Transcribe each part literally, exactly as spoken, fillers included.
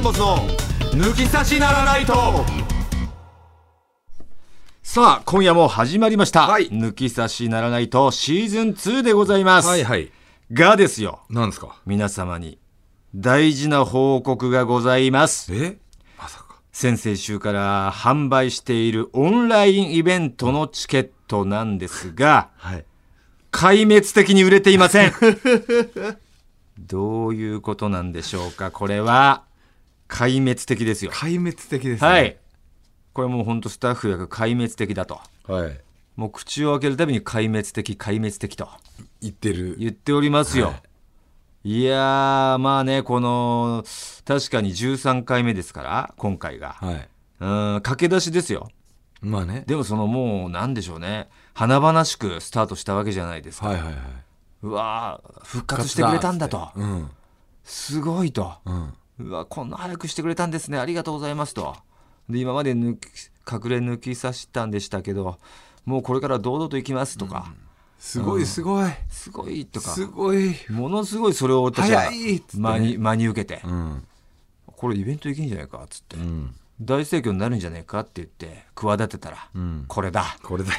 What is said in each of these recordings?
ンボスの抜き差しならないと。さあ今夜も始まりました、はい、抜き差しならないとシーズンツーでございます。 はいはい。 がですよ、 何ですか。 皆様に大事な報告がございます。 え、まさか。 先々週から販売しているオンラインイベントのチケットなんですが、はい、壊滅的に売れていませんどういうことなんでしょうか。これは壊滅的ですよ。 壊滅的ですね。 はい、これもう本当スタッフが壊滅的だと、はい、もう口を開けるたびに壊滅的壊滅的と言ってる言っておりますよ、はい、いやーまあね、この確かにじゅうさんかいめですから今回が、はい、うん駆け出しですよ。 まあね、 でもそのもうなんでしょうね、華々しくスタートしたわけじゃないですか、はいはいはい、うわ復活してくれたんだと、うん、すごいと、うん、うわこんな早くしてくれたんですね、ありがとうございますと。で今まで抜き隠れ抜き差したんでしたけど、もうこれから堂々といきますとか、うん、 すごいすごい、うん、 すごいとか、 すごいものすごいそれを私は真に、真に受けて、うん、これイベントできんじゃないかっつって、うん、大盛況になるんじゃないかって言って企てたら、うん、これだこれだよ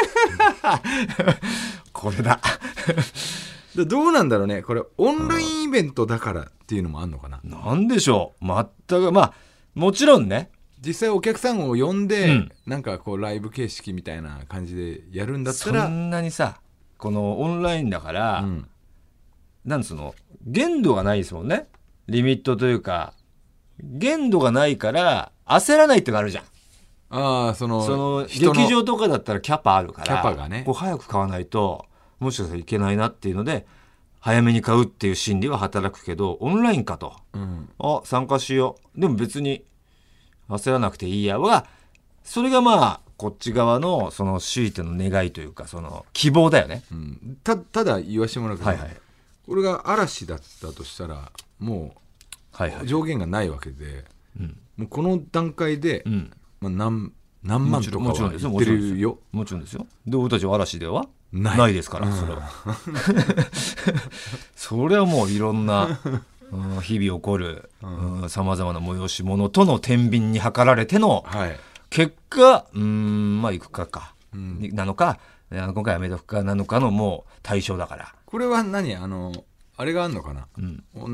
これだどうなんだろうね、これオンラインイベントだからっていうのもあんのかな、 うん、なんでしょう、全くまあもちろんね、 実際お客さんを呼んで、うん、なんかこうライブ形式みたいな感じでやるんだったら、 そんなにさこのオンラインだから、うん、なんつうの限度がないですもんね、リミットというか限度がないから焦らないってのがあるじゃん。 ああ、その、 その劇場とかだったらキャパあるから、 キャパがね、 こう早く買わないともしかしたらいけないなっていうので早めに買うっていう心理は働くけど、オンラインかと、うん、あ参加しよう、でも別に焦らなくていいやは、それがまあこっち側のその強いての願いというか、その希望だよね、 うん、た, ただ言わせてもらうけど、はいはい、これが嵐だったとしたらもう上限がないわけで、はいはい、もうこの段階で、うんまあ、何, 何万とかは言ってるよ。 もちろんですよ。で俺たちは嵐ではない、ないですから、うん、それはそれはもういろんな日々起こるさまざまな催し物との天秤に測られての、はい、結果うーんまあいくかか、うん、なのか今回やめとくかなのかのもう対象だから。 これは何あのあれがあんのかな、うん、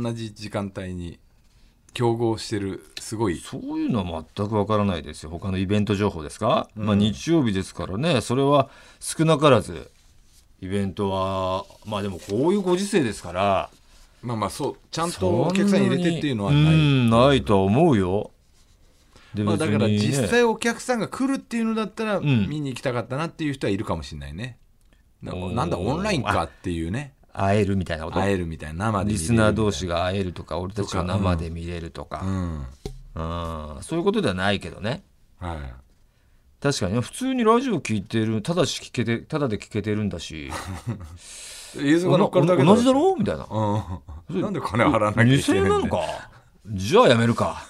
同じ時間帯に競合してる、すごいそういうのは全くわからないですよ。他のイベント情報ですか、うんまあ、日曜日ですからね、それは少なからずイベントはまあでもこういうご時世ですから、 まあまあそうちゃんとお客さん入れてっていうのはない、 うんないとは思うよ。 で、まあ、だから実際お客さんが来るっていうのだったら、うん、見に行きたかったなっていう人はいるかもしれないね。なんだオンラインかっていうね、 会えるみたいなこと、 会えるみたいな、生で見れるみたいな、リスナー同士が会えるとか俺たちが生で見れるとか、うんうん、そういうことではないけどね、はい、確かに普通にラジオ聞いてる、ただし聞けてただで聞けてるんだし映像が乗っかるだけだ同じだろみたいな、 うん、なんで金払わなきゃいけないんだよ。 にせんえんなのかじゃあやめるか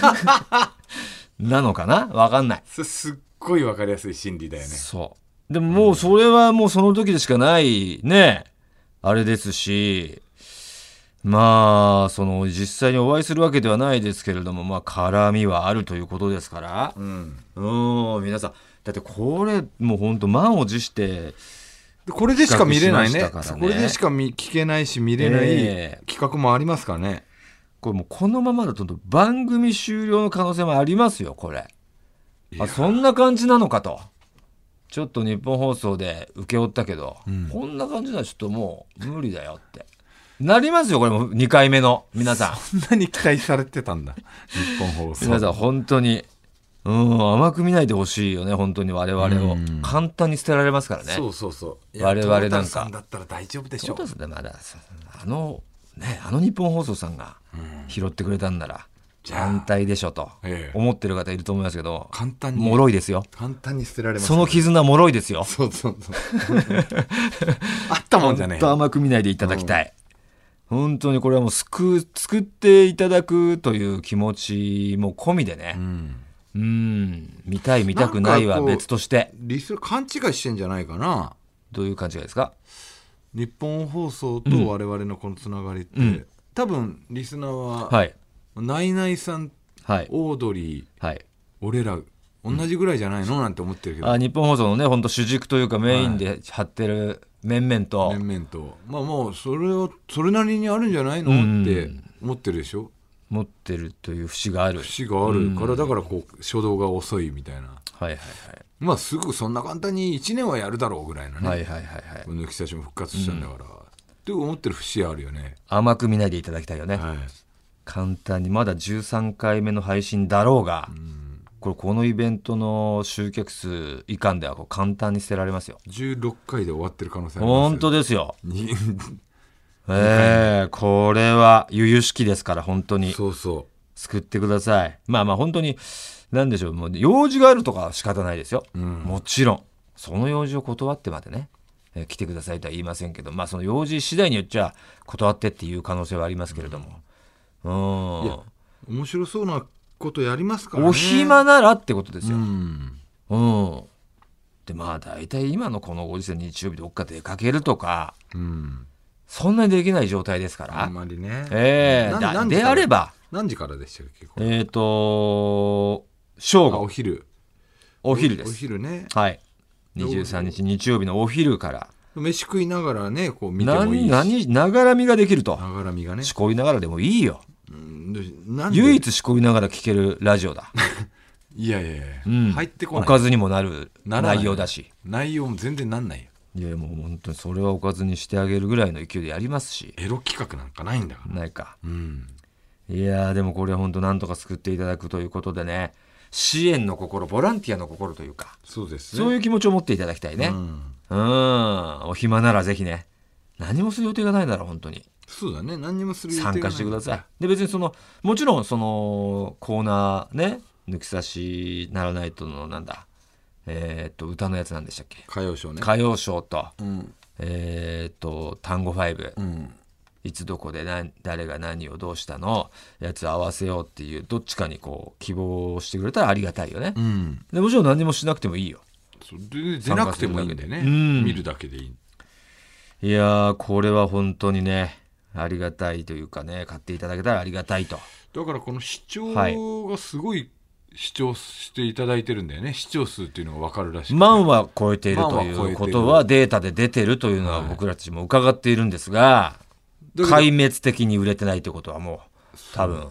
なのかな、分かんない。 それすっごい分かりやすい心理だよね。 そうでももうそれはもうその時でしかないねあれですし、まあその実際にお会いするわけではないですけれども、まあ絡みはあるということですから、うん、うん皆さんだってこれもう本当満を持してこれでしか見れない ね, ねこれでしか見聞けないし見れない、えー、企画もありますからね。 これもうこのままだと番組終了の可能性もありますよこれ。あそんな感じなのかとちょっと日本放送で請け負ったけど、うん、こんな感じならちょっともう無理だよってなりますよ。これもにかいめの皆さんそんなに期待されてたんだ日本放送。 皆さん本当にうん甘く見ないでほしいよね本当に。我々を簡単に捨てられますからね。 そうそうそう我々なんかトータルさんだったら大丈夫でしょう。 トータルさんまだあのねあの日本放送さんが拾ってくれたんなら反対でしょと思ってる方いると思いますけど、 簡単に脆いですよ。 簡単に捨てられます、ね、 その絆脆いですよ。 そうそうそうあったもんじゃねえ。 本当甘く見ないでいただきたい、うん、本当にこれはもう救救っていただくという気持ちも込みでね、うん、うん見たい見たくないは別としてリス勘違いしてんじゃないかな。 どういう勘違いですか。 日本放送と我々のこのつながりって、うん、多分リスナーは、はいナイナイさん、はい、オードリー、はい、俺ら同じぐらいじゃないの、うん、なんて思ってるけど、 あ日本放送のね本当主軸というかメインで張ってる面々と、 はい、面々とまあもうそれをそれなりにあるんじゃないの、うん、って思ってるでしょ。 持ってるという節がある節があるから、だからこう初動が遅いみたいな、 はいはいはい、 まあすぐそんな簡単にいちねんはやるだろうぐらいなね、 はいはいはいはい、 抜き差しも復活したんだから、うん、って思ってる節あるよね。 甘く見ないでいただきたいよね、はい、簡単にまだじゅうさんかいめの配信だろうが、うん、これこのイベントの集客数以下ではこう簡単に捨てられますよ。 じゅうろっかいで終わってる可能性ありますよ。 本当ですよえー、これは由々しきですから、本当にそうそう救ってください。まあまあ本当に何でしょう、もう用事があるとかは仕方ないですよ、うん、もちろんその用事を断ってまでね、えー、来てくださいとは言いませんけど、まあその用事次第によっちゃ断ってっていう可能性はありますけれども、うん、 いや面白そうなことやりますからね。 お暇ならってことですよ、うんうん、でまあ大体今のこのご時世日曜日どっか出かけるとか、うん、そんなにできない状態ですから、 あんまりね、 えー、だであれば何時からでしたっけこれ。えっ、ー、と正午、 お昼お昼です。 お昼ね、 はい、にじゅうさんにち日曜日のお昼から飯食いながらねこう見てもいいし、 何ながらみができると。 ながらみがね、 しこりながらでもいいよ、うん、なん唯一しこりながら聞けるラジオだいやいやいや、うん、入ってこない、 おかずにもなる内容だし、 内容も全然なんないよ。 いやもう本当にそれはおかずにしてあげるぐらいの勢いでやりますし、 エロ企画なんかないんだから。 ないか、うん、いやでもこれは本当なんとか救っていただくということでね、支援の心、ボランティアの心というか、 そうですね、 そういう気持ちを持っていただきたいね、うん、うんお暇ならぜひね、何もする予定がないなら本当にそうだね、何にもする予定がない参加してください。で別にそのもちろんそのコーナーね、抜き差しならないとのなんだえー、っと歌のやつなんでしたっけ、 歌謡ショーね、 歌謡ショーと、 うん、 えー、っと単語ファイブ、 うん、 いつどこで何誰が何をどうしたのやつ合わせようっていうどっちかにこう希望してくれたらありがたいよね、うん、でもちろん何もしなくてもいいよ。 それ出なくてもいいんでね、うん、見るだけでいい。 いやーこれは本当にねありがたいというかね、買っていただけたらありがたいと。 だからこの視聴がすごい視聴していただいてるんだよね、視聴数っていうのが分かるらしくて、 万は超えているということはデータで出てるというのは僕たちも伺っているんですが、壊滅的に売れてないということはもう多分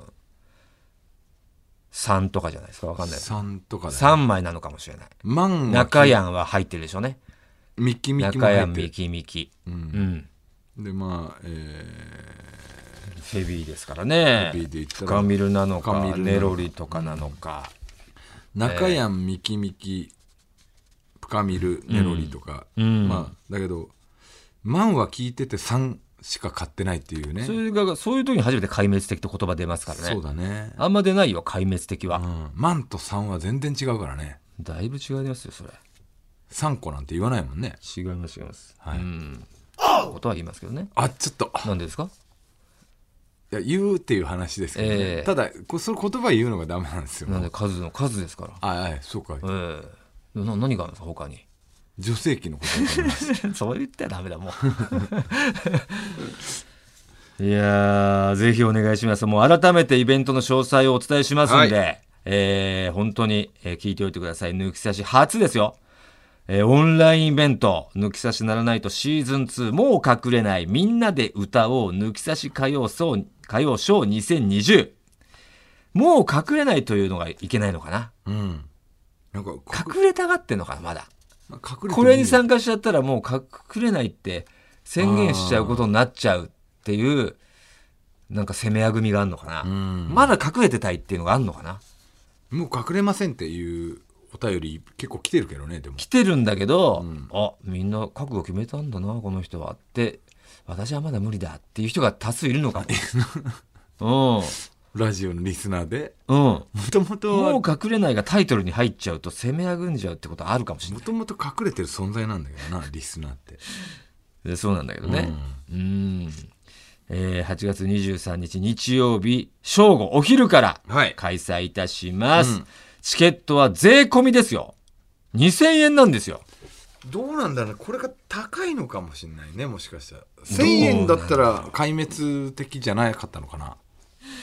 さんとかじゃないですか、分かんないさんとかだ、ね、 さんまいなのかもしれない。 万中やんは入ってるでしょうね、 ミキミキも入ってる、 中やんミキミキ、うんうん、でまあ、えー、ヘビーですからね、深見るなのかネロリとかなのか、 うん、中やんミキミキ深見るネロリとか、うん、まあだけど万は聞いててさんしか買ってないっていうね、 それがそういう時に初めて壊滅的って言葉出ますからね。 そうだね、 あんま出ないよ壊滅的は、うん、 万とさんは全然違うからね。 だいぶ違いますよそれ。 さんこなんて言わないもんね。 違います違います、はい、うんことは言いますけどね。 あちょっとなんでですか。 いや言うっていう話ですけどね、えー、ただその言葉言うのがダメなんですよ。 なんで数の数ですから。 ああそうか、 えー、な何があるんですか他に。 女性器のことそう言ったらダメだもういやーぜひお願いします。もう改めてイベントの詳細をお伝えしますんで、はい、えー、本当に、えー、聞いておいてください。抜き差し初ですよ、えー、オンラインイベント抜き差しならないとシーズンツーもう隠れないみんなで歌おう抜き差し歌謡ショー歌謡ショーにせんにじゅう。もう隠れないというのがいけないのかな、うん、なんか隠れたがってんのかなまだ。これに参加しちゃったらもう隠れないって宣言しちゃうことになっちゃうっていうなんか攻めあぐみがあるのかな、うん、まだ隠れてたいっていうのがあるのかな。 もう隠れませんっていうお便り結構来てるけどね。でも来てるんだけど、うん、あみんな覚悟決めたんだなこの人はって私はまだ無理だっていう人が多数いるのかもうんラジオのリスナーで、 うん、もともともう隠れないがタイトルに入っちゃうと攻めあぐんじゃうってことはあるかもしれない。 もともと隠れてる存在なんだけどなリスナーってでそうなんだけどね、うん、うんえー、はちがつにじゅうさんにち日曜日正午お昼から開催いたします、はいうん、チケットは税込みですよ。にせんえんなんですよ。 どうなんだろう、これが高いのかもしれないね。もしかしたらせんえんだったら壊滅的じゃなかったのかな。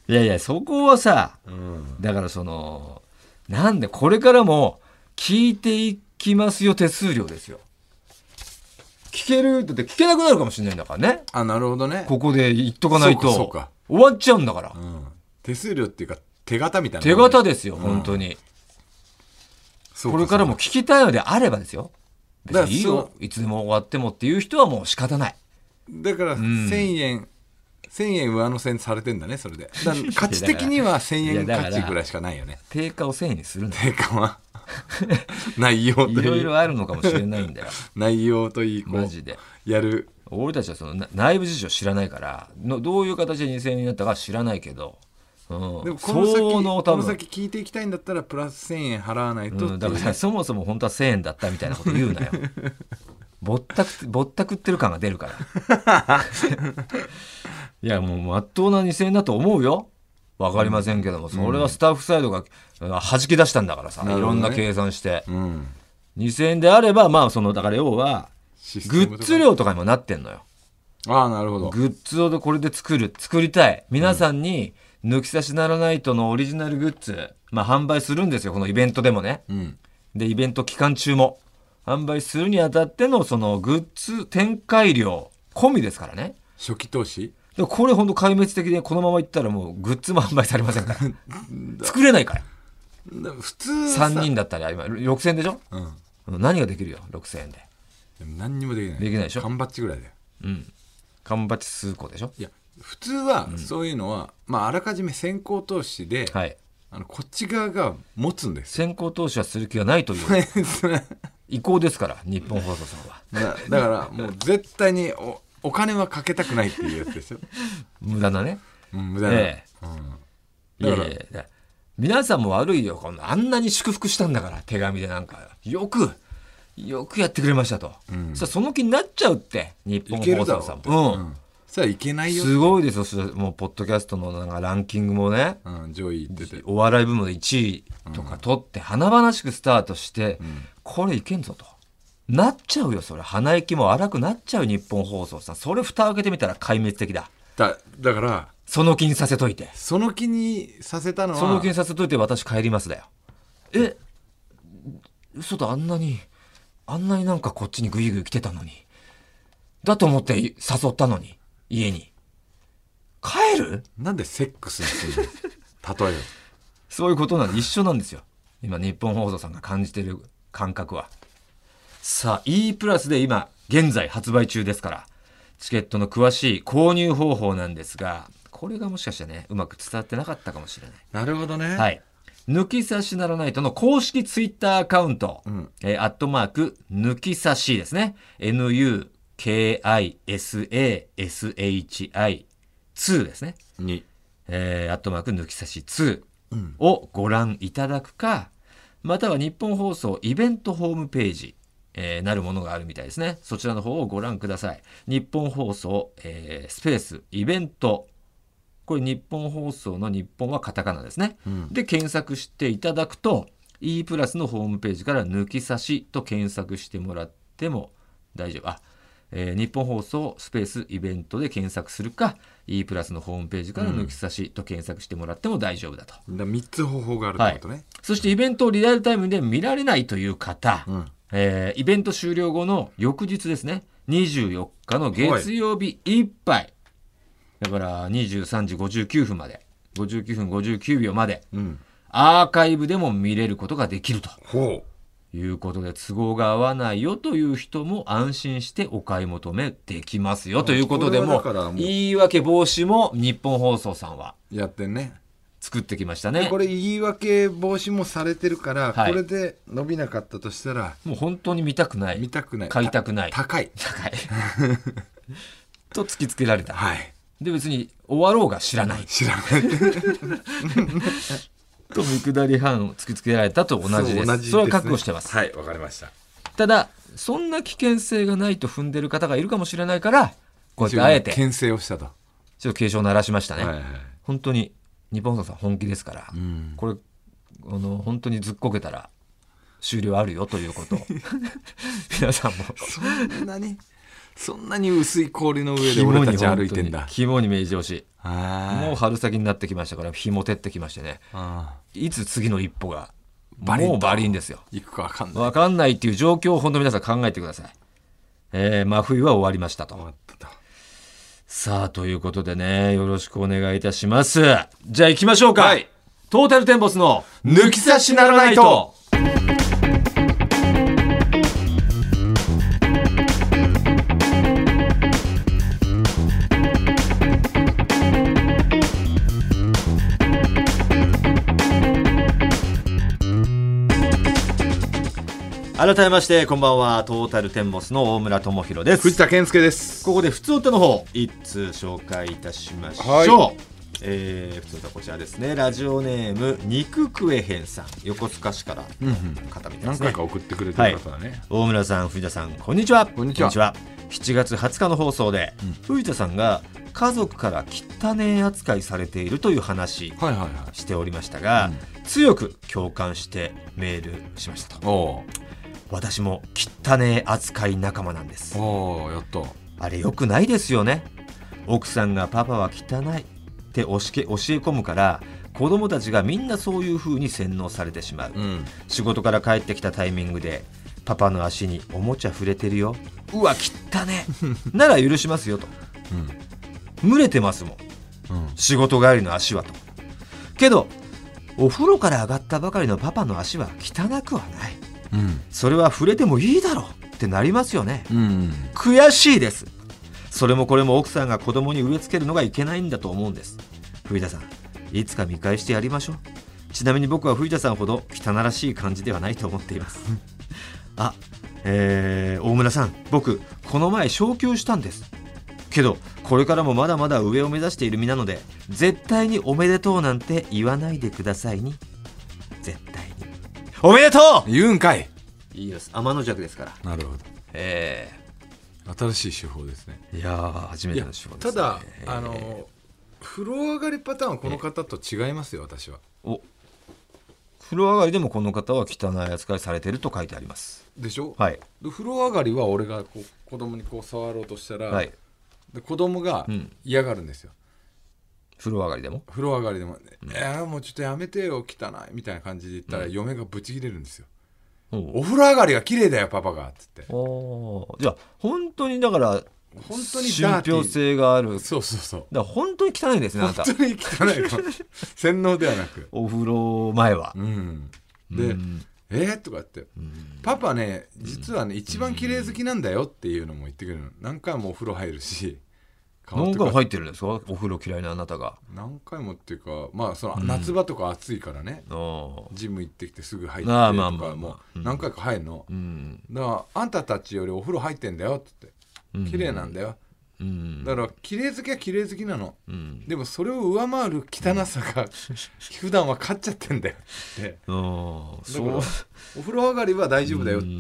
いやいやそこはさ、うん、だからそのなんでこれからも聞いていきますよ手数料ですよ。聞けるって聞けなくなるかもしれないんだからね。 あ、なるほどね。 ここで言っとかないとそうか終わっちゃうんだから、うん、 手数料っていうか手形みたいな、 手形ですよ、うん、本当に。これからも聞きたいのであればですよ。別にいいよ、いつでも終わってもっていう人はもう仕方ない。 だからせんえん、うん、せんえん上乗せされてんだねそれで。だから価値的にはせんえん価値ぐらいしかないよね。 定価をせんえんにするんだよ。 定価は内容といいいろいろあるのかもしれないんだよ。 内容といいマジでやる。 俺たちはその内部事情知らないからのどういう形でにせんえんになったか知らないけど、うん、 でもこの先のこの先聞いていきたいんだったらプラスせんえん払わないと、 うん、だからそもそも本当はせんえんだったみたいなこと言うなよ。ぼったくぼったくってる感が出るから。いやもうまっとうなにせんえんだと思うよ。分かりませんけども、うん、それはスタッフサイドが弾き出したんだからさ、ね、いろんな計算して、うん、にせんえんであればまあそのだから要はグッズ料とかにもなってんのよ。 ああなるほど。 グッズをこれで作る作りたい皆さんに抜き差しならないとのオリジナルグッズ、まあ、販売するんですよこのイベントでもね、うん、でイベント期間中も販売するにあたってのそのグッズ展開料込みですからね。 初期投資でこれ本当壊滅的でこのままいったらもうグッズも販売されませんから作れないから。 普通さんにんだったら今ろくせんえんでしょ、うん、何ができるよろくせんえんで。 でも何にもできない。 できないでしょ。 缶バッジぐらいだよ。 うん缶バッジ数個でしょ。 いや普通はそういうのは、うんまあ、あらかじめ先行投資で、はい、あのこっち側が持つんです。 先行投資はする気がないという意向ですから日本放送さんは。 だ, だからもう絶対に お, お金はかけたくないっていうやつですよ。 無駄なね、 うん、無駄な、ええうん、だからいやいや皆さんも悪いよこのあんなに祝福したんだから手紙でなんかよくよくやってくれましたと、うん、そ, その気になっちゃうって日本放送さんも、うん、 それはいけないよ。 すごいですよ。それもうポッドキャストのなんかランキングもね、 うん、上位出てお笑い部門でいちいとか取って、うん、華々しくスタートして、うん、これいけんぞとなっちゃうよ。それ鼻息も荒くなっちゃう日本放送さん。それ蓋開けてみたら壊滅的だ。 だ, だからその気にさせといてその気にさせたのはその気にさせといて私帰りますだよ。え嘘だ。あんなにあんなになんかこっちにグイグイ来てたのにだと思って誘ったのに家に帰る。 なんでセックスにするの例えそういうことなんで一緒なんですよ今日本放送さんが感じてる感覚は。さあ E プラスで今現在発売中ですからチケットの詳しい購入方法なんですがこれがもしかしてねうまく伝わってなかったかもしれない。 なるほどね。 はい抜き差しならないとの公式ツイッターアカウント、うんえー、アットマーク抜き差しですね エヌユーケーアイエスエーエスエイチアイツー ですねに、 えー、アットマーク抜き差しツーをご覧いただくか、うん、または日本放送イベントホームページ、えー、なるものがあるみたいですね。そちらの方をご覧ください。日本放送、えー、スペースイベントこれ日本放送の日本はカタカナですね、うん、で検索していただくと E プラスのホームページから抜き差しと検索してもらっても大丈夫。あ、えー、日本放送スペースイベントで検索するか E プラスのホームページから抜き差しと検索してもらっても大丈夫だと、 うん、だみっつ方法があるってことね、はい、 そしてイベントをリアルタイムで見られないという方、うんえー、イベント終了後の翌日ですねにじゅうよっかの月曜日いっぱいだからにじゅうさんじごじゅうきゅうふんまでごじゅうきゅうふんごじゅうきゅうびょうまで、うん、アーカイブでも見れることができるということで都合が合わないよという人も安心してお買い求めできますよということでも言い訳防止も日本放送さんはやってんね作ってきましたね。 これ言い訳防止もされてるから、はい、これで伸びなかったとしたらもう本当に見たくない見たくない買いたくない高い高いと突きつけられた、 はいで別に終わろうが知らない知らないと見下り班を突きつけられたと同じです。 そ, です、ね、それは覚悟してます。 はいわかりました。 ただそんな危険性がないと踏んでる方がいるかもしれないからこうやってあえて牽制をしたとちょっと警鐘を鳴らしましたね、 はいはい、 本当に日本放送さん本気ですから、うん、これあの本当にずっこけたら終了あるよということを皆さんもそんなにそんなに薄い氷の上で俺たち歩いてんだ。 肝に銘じてほしい。もう春先になってきましたから日も照ってきましてね、いつ次の一歩がもうバリンですよ。 行くか分かんない分かんないっていう状況を本当に皆さん考えてください。えー、真冬は終わりましたと。終わったと。さあということでね、よろしくお願いいたします。じゃあ行きましょうか、はい、トータルテンボスの抜き差しならないと。改めましてこんばんは、トータルテンボスの大村智弘です。 藤田健介です。 ここでふつおたの方一通紹介いたしましょう、はい、えー、ふつおたこちらですね。ラジオネーム肉食えへんさん、横須賀市からの方みたいですね、 何回か送ってくれてる方だね、はい、 大村さん藤田さんこんにちは。 こんにちは。こんにちは。 しちがつはつかの放送で、うん、藤田さんが家族から汚ね扱いされているという話しておりましたが、はいはいはい、うん、強く共感してメールしましたと。お私も汚ね扱い仲間なんです。 おー、やった。 あれ良くないですよね。奥さんがパパは汚いって教え込むから子供たちがみんなそういう風に洗脳されてしまう、うん、仕事から帰ってきたタイミングでパパの足におもちゃ触れてるよ、うわ汚ねなら許しますよと、うん、蒸れてますもん、うん、仕事帰りの足はと。けどお風呂から上がったばかりのパパの足は汚くはない、うん、それは触れてもいいだろうってなりますよね、うんうん、悔しいです。それもこれも奥さんが子供に植え付けるのがいけないんだと思うんです。藤田さんいつか見返してやりましょう。ちなみに僕は藤田さんほど汚らしい感じではないと思っていますあ、えー、大村さん僕この前昇給したんですけどこれからもまだまだ上を目指している身なので絶対におめでとうなんて言わないでくださいに。絶対におめでとう言うんかい。 いいです。天の弱ですから。 なるほど。 えー、新しい手法ですね。 いやー初めての手法ですね。 ただ、えー、あの風呂上がりパターンはこの方と違いますよ、私は。お風呂上がりでもこの方は汚い扱いされてると書いてありますでしょ。 はい。 で風呂上がりは俺がこう子供にこう触ろうとしたら、はい、で子供が嫌がるんですよ、 うん、風呂上がりでも風呂上がりでも、うん、えー、もうちょっとやめてよ汚いみたいな感じで言ったら、うん、嫁がブチ切れるんですよ、うん、お風呂上がりが綺麗だよパパがっつって。 おじゃあ本当にだから本当に信憑性がある。 そうそうそう。 だから本当に汚いですね。 本当に汚いの洗脳ではなくお風呂前は、 うん、で、うん、えー、とかって、うん、パパね実はね、うん、一番綺麗好きなんだよっていうのも言ってくれるの。何回もお風呂入るし。 何回も入ってるんですかお風呂嫌いなあなたが。 何回もっていうかまあその夏場とか暑いからね、うん、ジム行ってきてすぐ入ってとかもう何回か入るの、うん、だからあんたたちよりお風呂入ってんだよって言って綺麗なんだよ、うん、だから綺麗好きは綺麗好きなの、うん、でもそれを上回る汚さが、うん、普段は勝っちゃってんだよってだからお風呂上がりは大丈夫だよって、うん、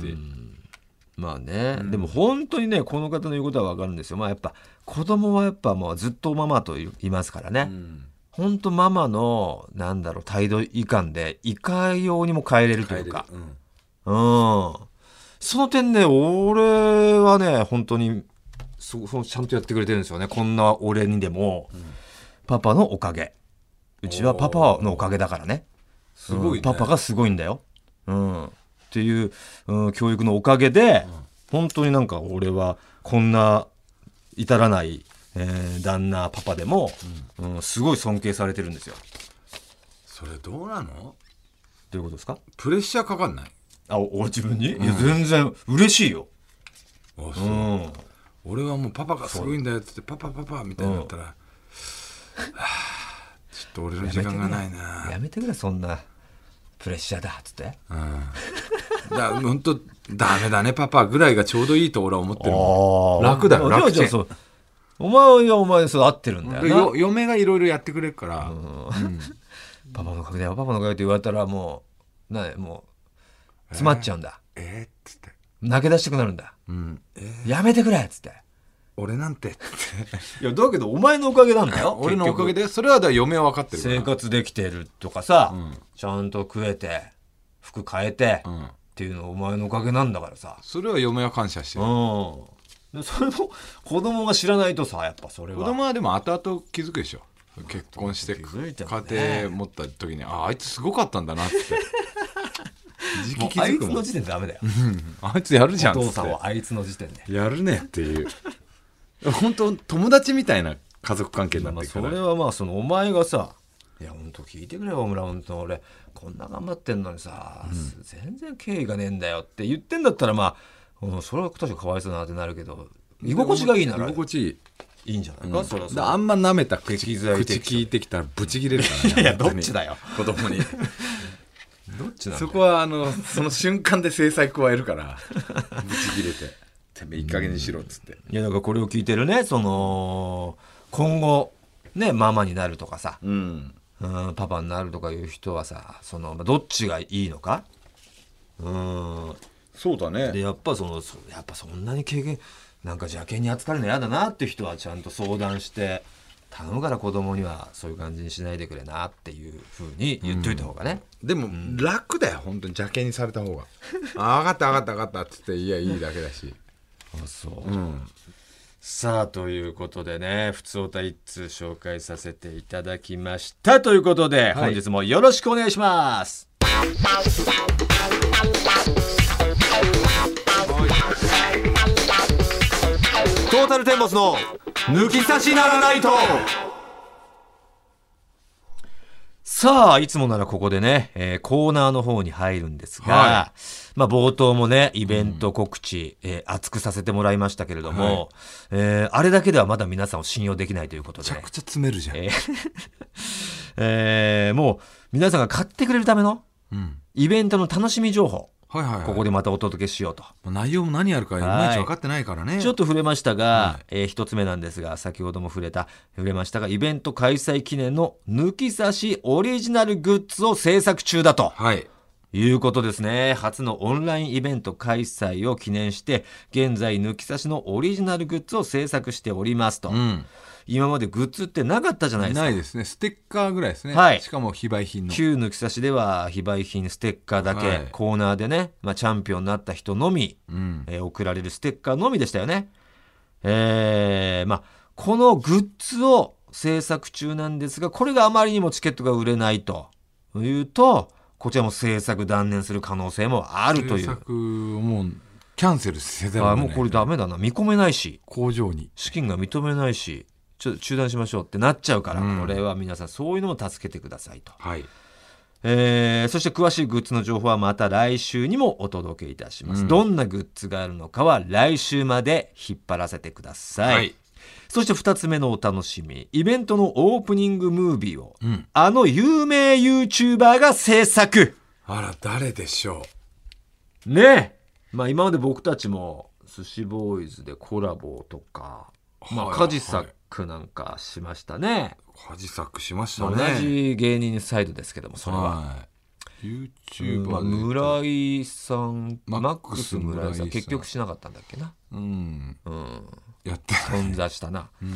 まあね、うん、でも本当にねこの方の言うことは分かるんですよ。まあやっぱ子供はやっぱもうずっとママと言いますからね、うん、本当ママのなんだろう態度いかんでいかようにも変えれるというか、うん、うんその点ね俺はね本当にそそちゃんとやってくれてるんですよね。こんな俺にでも、うん、パパのおかげ。うちはパパのおかげだからね。 すごいね、うん、 パパがすごいんだよ、うん、っていう、うん、教育のおかげで、うん、本当になんか俺はこんな至らない、えー、旦那パパでも、うんうん、すごい尊敬されてるんですよ。 それどうなの？ どういうことですか？ プレッシャーかかんない？ あ、お自分に、うん、いや全然嬉しいよ。 あ、そう、うん、俺はもうパパがすごいんだよって言ってパパパパみたいになったら、うん、はあ、ちょっと俺の時間がないな。 やめてくれそんなプレッシャーだっつって、 うん、だ本当ダメだねパパぐらいがちょうどいいと俺は思ってるの。楽だよ楽ちん。そうお前はお前そう合ってるんだよな。よ嫁がいろいろやってくれるから、うんうん、 パパのおかげだよパパのおかげって言われたらもうなもう詰まっちゃうんだ。 えー、えー、っつって泣け出したくなるんだ、うんえー、やめてくれっつって俺なんてっていやだけどお前のおかげなんだよ俺のおかげでそれはだ嫁は分かってるから生活できてるとかさ、うん、ちゃんと食えて服変えて、うん、っていうのはお前のおかげなんだからさ。 それは嫁は感謝してる、うん、 それも子供が知らないとさ、やっぱそれは子供はでも後々気づくでしょ。結婚して家庭持った時に、ああいつすごかったんだなって時期気づくもん。あいつの時点でダメだよあいつやるじゃんっつって、 お父さんはあいつの時点でやるねっていう本当友達みたいな家族関係になってきたら、 まあ、それはまあそのお前がさ、いや本当聞いてくれよ大村、本当俺こんな頑張ってんのにさ、うん、全然敬意がねえんだよって言ってんだったら、まあ、うん、それは確かにかわいそうだなってなるけど、居心地がいいなら居心地いいいいんじゃないか、うん、それはそれあんま舐めた口口聞いてきたらブチ切れるからねいやどっちだよ子供にどっちなんだよ。 そこはあのその瞬間で制裁加えるからブチ切れててめえいい加減にしろっつって、 いやだからこれを聞いてるね、その今後ねママになるとかさ、うんうん、パパになるとかいう人はさ、そのどっちがいいのか、うん、 そうだね。 でやっぱそのやっぱそんなに経験なんか邪険に扱われるの嫌だなっていう人はちゃんと相談して頼むから子供にはそういう感じにしないでくれなっていう風に言っといた方がね、 うん、でも、うん、楽だよ本当に邪険にされた方があ分かった分かった分かったっつっていやいいだけだしあそう、うん、さあということでね、ふつおた一通紹介させていただきましたということで、はい、本日もよろしくお願いします。トータルテンボスの抜き差しならないと。さあいつもならここでね、えー、コーナーの方に入るんですが、はい、まあ、冒頭もねイベント告知、うん、えー、熱くさせてもらいましたけれども、はい、えー、あれだけではまだ皆さんを信用できないということで、 めちゃくちゃ詰めるじゃん、えーえー、もう皆さんが買ってくれるためのイベントの楽しみ情報、はいはいはい、ここでまたお届けしようと。 内容も何やるかいまいち分かってないからね、 はい、ちょっと触れましたが、はい、えー、一つ目なんですが、先ほども触れた触れましたが、イベント開催記念の抜き差しオリジナルグッズを制作中だと、はい、いうことですね。初のオンラインイベント開催を記念して現在抜き差しのオリジナルグッズを制作しておりますと、うん、今までグッズってなかったじゃないですか。 ないですね。ステッカーぐらいですね、はい、しかも非売品の旧抜き差しでは非売品ステッカーだけ、はい、コーナーでね、まあ、チャンピオンになった人のみ、うん、えー、送られるステッカーのみでしたよね。えーまあ、このグッズを制作中なんですが、これがあまりにもチケットが売れないというと、こちらも制作断念する可能性もあるという。 制作をもうキャンセルせざるを得ない。 もうこれダメだな、見込めないし、 工場に資金が認めないし、ちょっと中断しましょうってなっちゃうから、うん、これは皆さんそういうのも助けてくださいと、はい、えー、そして詳しいグッズの情報はまた来週にもお届けいたします、うん、どんなグッズがあるのかは来週まで引っ張らせてください、はい、そしてふたつめのお楽しみ、イベントのオープニングムービーを、うん、あの有名 YouTuber が制作。 あら誰でしょうね。まあ今まで僕たちも寿司ボーイズでコラボとか、まあ、カジサックなんかしましたね。 カジサックしましたね。 同じ芸人サイドですけども、それは、はい、 YouTuber、 まあ、村井さん、マックス村井さん結局しなかったんだっけな、うん、うん、 やって頓挫したな、うん、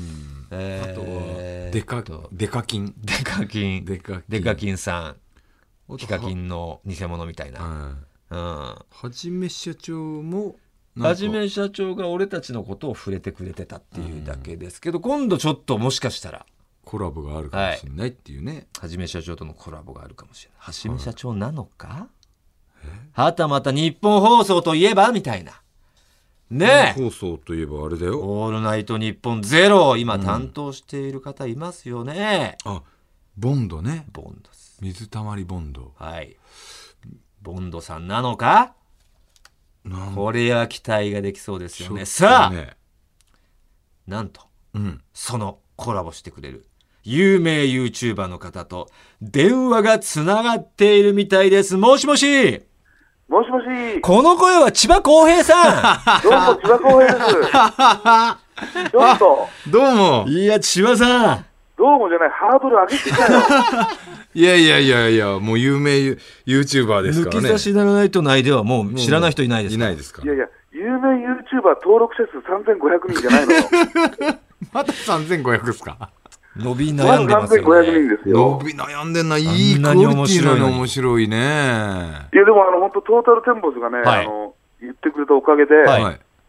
えー、あとはデカデカキンデカキンデカキンデカキンさん、ヒカキンの偽物みたいな、うん、 はじめ社長もはじめ社長が俺たちのことを触れてくれてたっていうだけですけど、うん、今度ちょっともしかしたらコラボがあるかもしれないっていうね、 はじめ社長とのコラボがあるかもしれない。はじめ社長なのか、はたまた日本放送といえばみたいなね。 放送といえばあれだよ、 オールナイトニッポンゼロ今担当している方いますよね、 うん、あボンドね、 ボンドです、 水たまりボンド、 はい、ボンドさんなのか、これは期待ができそうですよね。さあ、ね、なんと、うん、そのコラボしてくれる有名 YouTuber の方と電話がつながっているみたいです。もしもし。 もしもし。 この声は千葉公平さん。どうも千葉公平です。ちょっと。 どうも。 いや千葉さん。 どうもじゃない、ハードル上げてきたよ。 いやいやいやいや、もう有名 YouTuber ですからね。 抜き差しならないとないではもう知らない人いないですか。 いないですか。 いやいや、有名 YouTuber 登録者数さんぜんごひゃくにんじゃないのよ。 まださんぜんごひゃくですか。 伸び悩んでますよね。 さんぜんごひゃくにんですよ。 伸び悩んでんな、いいクオリティなの面白いね。いやでもあの本当トータルテンボスがね、はい、あの言ってくれたおかげで、はい、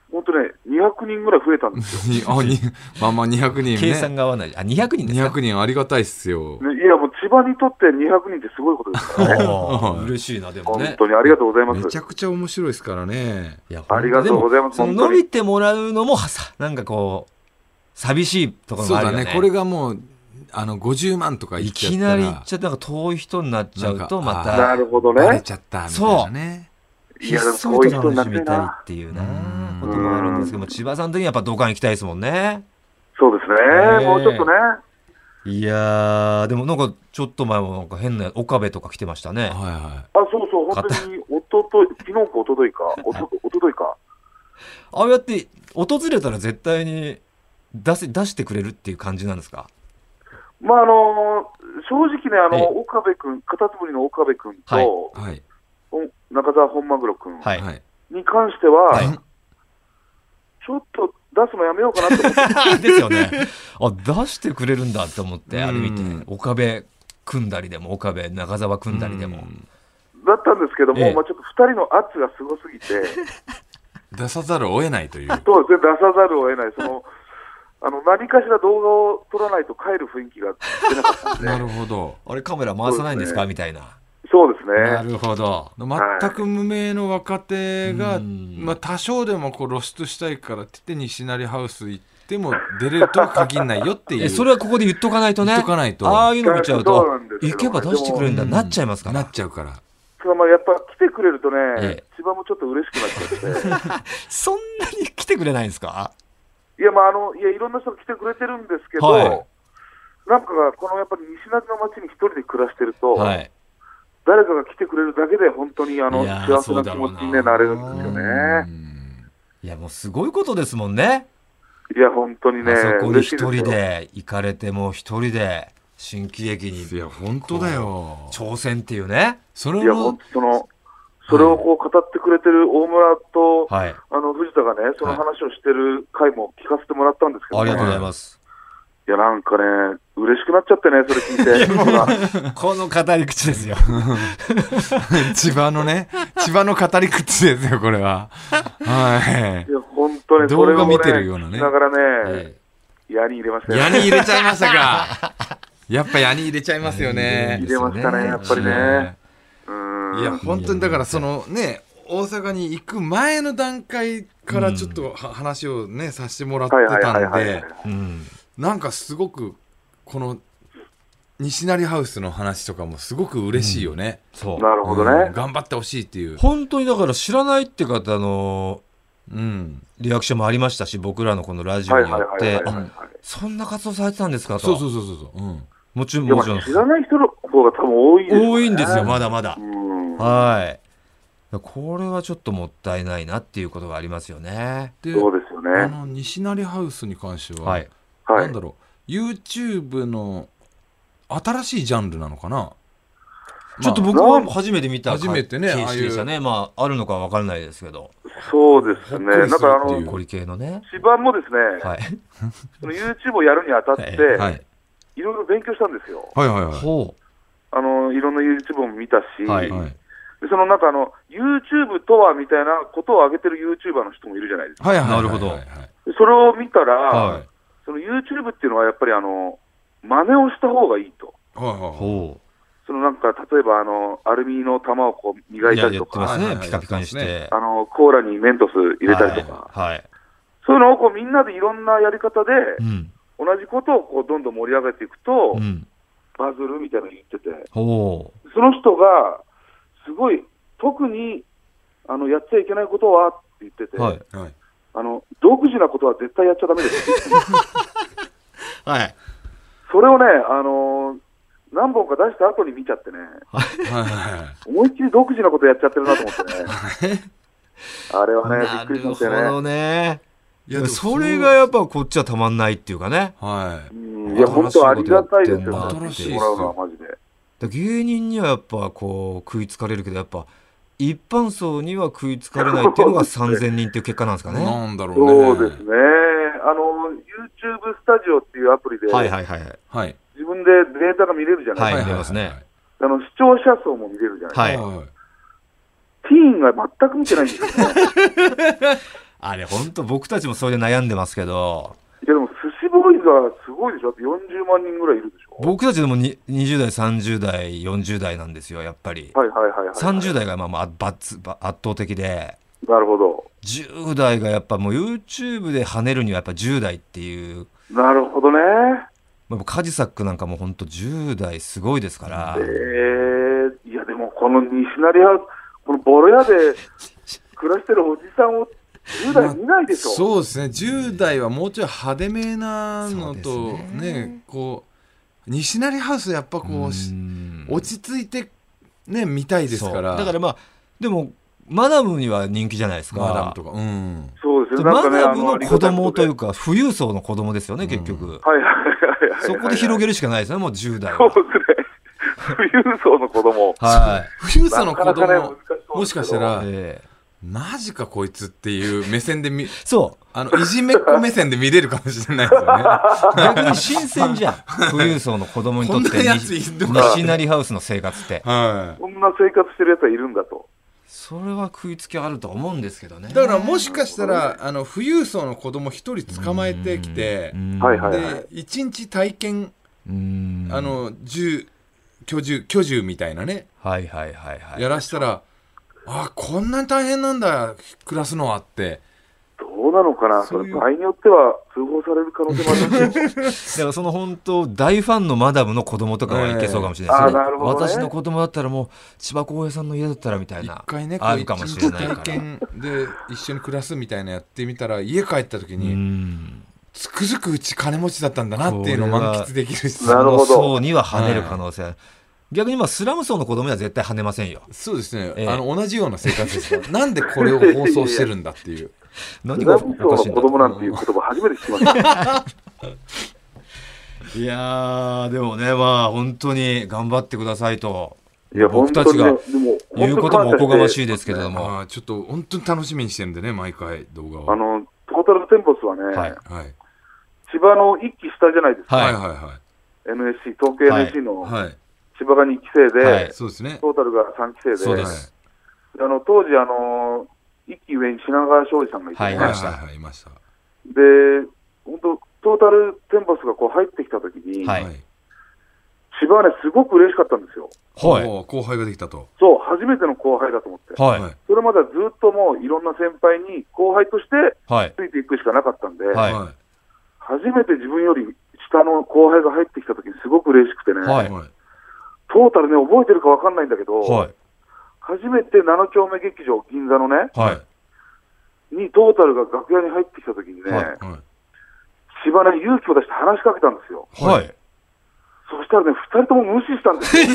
本当ね、にひゃくにんぐらい増えたんですよ。 あにまあまあにひゃくにんね。 計算が合わない。あ、にひゃくにんですか。 にひゃくにんありがたいっすよ。 ね、いや、もう千葉にとってにひゃくにんってすごいことですからね。 嬉しいな、でもね。 本当にありがとうございます。 めちゃくちゃ面白いですからね。 いや、ありがとうございます。 その伸びてもらうのもさ、なんかこう、寂しいところもあるよね。 そうだね、これがもう、あのごじゅうまんとかいっちゃったらいきなりいっちゃって、なんか遠い人になっちゃうと、また。 なるほどね。 バレちゃったみたいなね。 ひっそりと楽しみたいっていうなこともあるんですけども、千葉さん的にはやっぱ土管行きたいですもんね。 そうですね、もうちょっとね。 いやー、でもなんかちょっと前もなんか変な岡部とか来てましたね。はいはい。 あ、そうそう、本当におととい、昨日かおとといか、おとおとといか。 ああやって訪れたら絶対に出せ出してくれるっていう感じなんですか。 まああの正直ね、あの岡部君、カタツムリの岡部君と、はいはい、中澤本マグロ君に関しては、はい、ちょっと出すのやめようかなと思ってですよね。あ、出してくれるんだと思って、あれ見て、岡部組んだりでも、岡部中澤組んだりでも。 だったんですけども、ええ、まあ、ちょっとふたりの圧がすごすぎて出さざるを得ないという。 そうですね、出さざるを得ない。そのあの何かしら動画を撮らないと帰る雰囲気が出なかったんで。 なるほど。 あれカメラ回さないんですか、ね、みたいな。 そうですね。 なるほど。 全く無名の若手が、はい、まあ、多少でもこう露出したいからって言って西成ハウス行っても出れるとは限らないよっていう。 え、それはここで言っとかないとね。 言っとかないと。 ああいうの見ちゃうと、行けば出してくれるんだ、なっちゃいますから。 なっちゃうから。 まあやっぱ来てくれるとね、ええ、千葉もちょっと嬉しくなっちゃって。 そんなに来てくれないんですか。 いや、まあ、あのいやいろんな人が来てくれてるんですけど、はい、なんかこのやっぱり西成の町に一人で暮らしてると、はい、誰かが来てくれるだけで本当にあの幸せな気持ちに、ね、なれるんですよね。 いや、もうすごいことですもんね。 いや本当にね、 あそこに一人で行かれても一人で新喜劇に、 いや本当だよ、 挑戦っていうね。 それもそのそれをこう語ってくれてる大村と、はい、あの藤田がね、その話をしてる回も聞かせてもらったんですけど、ね、 ありがとうございます。 いや、なんかね、嬉しくなっちゃってね、それ聞いて。 この語り口ですよ。 千葉のね、千葉の語り口ですよ、これは。はい。 いや、本当に動画見てるようなね。 だからね、矢に入れましたよ。 矢に入れちゃいましたか。やっぱ矢に入れちゃいますよね。 入れましたね、やっぱりね。 いや本当にだからそのね、大阪に行く前の段階からちょっと話をねさせてもらってたんで、なんかすごくこの西成ハウスの話とかもすごく嬉しいよね。 うん、そう、なるほどね、 うん、頑張ってほしいっていう。 本当にだから知らないって方の、うん、リアクションもありましたし、僕らのこのラジオによってそんな活動されてたんですかと。 そうそうそうそう、うん、 もちろんもちろん知らない人の方が多分多いですよね。 多いんですよ、まだまだ。はい、これはちょっともったいないなっていうことがありますよね。 で、そうですよね。 あの西成ハウスに関しては、はい、なんだろう、YouTube の新しいジャンルなのかな。まあ、ちょっと僕は初めて見た初めてね、 形式でしたね。まああるのかは分からないですけど。 そうですね。なんかあのコリ系のね。 千葉もですね、はい、その YouTube をやるにあたって、はい、いろいろ勉強したんですよ。 はいはいはい。ほう。 あのいろんな YouTube も見たし、はいはい、でそのなんかあの YouTube とはみたいなことを上げてる YouTuber の人もいるじゃないですか。 はいはいはいはい、なるほど。 でそれを見たら、はい、その YouTube っていうのはやっぱりあの真似をした方がいいと。はいはいはい、そのなんか例えばあのアルミの玉をこう磨いたりとか、 ね、ピカピカにしてあのコーラにメントス入れたりとか、はいはい、そういうのをこうみんなでいろんなやり方で、うん、同じことをこうどんどん盛り上げていくと、うん、バズるみたいなの言ってて、ほう、その人がすごい特にあのやっちゃいけないことはって言ってて、はいはい、あの独自なことは絶対やっちゃダメですってはい、それをね、あのー、何本か出した後に見ちゃってね、思いっきり独自なことやっちゃってるなと思ってねあれはね、びっくりしましたよね。 なるほどね。いや、それがやっぱこっちはたまんないっていうかね。はい。 うん、いや、本当ありがたいですよ。 新しいもらうのはマジで。 芸人にはやっぱこう食いつかれるけど、やっぱ一般層には食いつかれないっていうのがさんぜんにんっていう結果なんですかね。 なんだろうね。 そうですね。あの YouTube スタジオっていうアプリで、はいはいはいはい、自分でデータが見れるじゃないですか。はい、見れますね。あの視聴者層も見れるじゃないですか。はい、ティーンが全く見てないんですよねあれ本当僕たちもそれで悩んでますけど。 いやでも寿司ボーイズはすごいでしょ。だってよんじゅうまんにんぐらいいるでしょ。 僕たちでもににじゅう代さんじゅう代よんじゅう代なんですよやっぱり。 はいはいはい、はい、 さんじゅう代がまあまあ圧倒的で。 なるほど。 じゅう代がやっぱもう YouTube で跳ねるにはやっぱじゅう代っていう。 なるほどね。 カジサックなんかも本当じゅう代すごいですから。 えー、いやでもこの西成ハウス、このボロ屋で暮らしてるおじさんをじゅう代見ないでしょ、まあ、 そうですね。じゅう代はもうちょい派手めなのと ね, ねこう西成ハウスやっぱこう落ち着いてね見たいですから。 だからまあでもマダムには人気じゃないですか。 マダムとか、うん、 そうですね。 マダムの子供というか富裕層の子供ですよね、うん、結局。はいはいはいはい。そこで広げるしかないですね、もうじゅう代は。 そうですね。富裕層の子供。 はい。富裕層の子供、 なかなかね、 もしかしたら、 えーマジかこいつっていう目線で見そうあのいじめっ子目線で見れるかもしれないですよね。 逆に新鮮じゃん。富裕層の子供にとって西成ハウスの生活って、 はい、 こんな生活してるやつはいるんだと。 それは食いつきあると思うんですけどね。 だからもしかしたらあの富裕層の子供一人捕まえてきて、で一日体験あの住居住居住みたいなね、 はいはいはいはい、 やらしたら。あ、こんなに大変なんだ暮らすのはって。 どうなのかな。それ場合によっては通報される可能性もあるしだからその本当大ファンのマダムの子供とかはいけそうかもしれないですね、えーね、私の子供だったらもう千葉公平さんの家だったらみたいな一回ねあるかもしれないから体験で一緒に暮らすみたいなやってみたら家帰った時にうんつくづくうち金持ちだったんだなっていうのを満喫できるし、 その層には跳ねる可能性、はい、逆にまあスラム層の子供には絶対跳ねませんよ。 そうですね、えー、あの同じような生活ですからなんでこれを放送してるんだっていう何がおかしいんだ。スラム層の子供なんていう言葉初めて聞きましたいやーでもね、まあ本当に頑張ってくださいと。いや僕たちが言うこともおこがましいですけれども、 あちょっと本当に楽しみにしてるんでね、毎回動画を。 あのトータルテンボスはね、 はいはい、千葉の一期下じゃないですか、 はいはいはい、 エヌエスシー 東京 エヌエスシー の、 はいはい、 千葉がにき生で、 はい、そうですね、 トータルがさんき生で、 そうです。 あの当時あの一期上に品川庄司さんがいて、ね、 はい、いました、 はい、いました。 で本当トータルテンボスがこう入ってきたときに、 はい、 千葉はねすごく嬉しかったんですよ。 はい、後輩ができたと。 そう、初めての後輩だと思って、 はい、 それまではずっともういろんな先輩に後輩としてついていくしかなかったんで、 はい、 初めて自分より下の後輩が入ってきたときにすごく嬉しくてね、 はい、 トータルね覚えてるか分かんないんだけど、 はい、 初めてなな丁目劇場銀座のね、 はい、 にトータルが楽屋に入ってきたときにね、はい、千葉ね勇気を出して話しかけたんですよ。 はい、 そしたらね、ふたりとも無視したんですよ。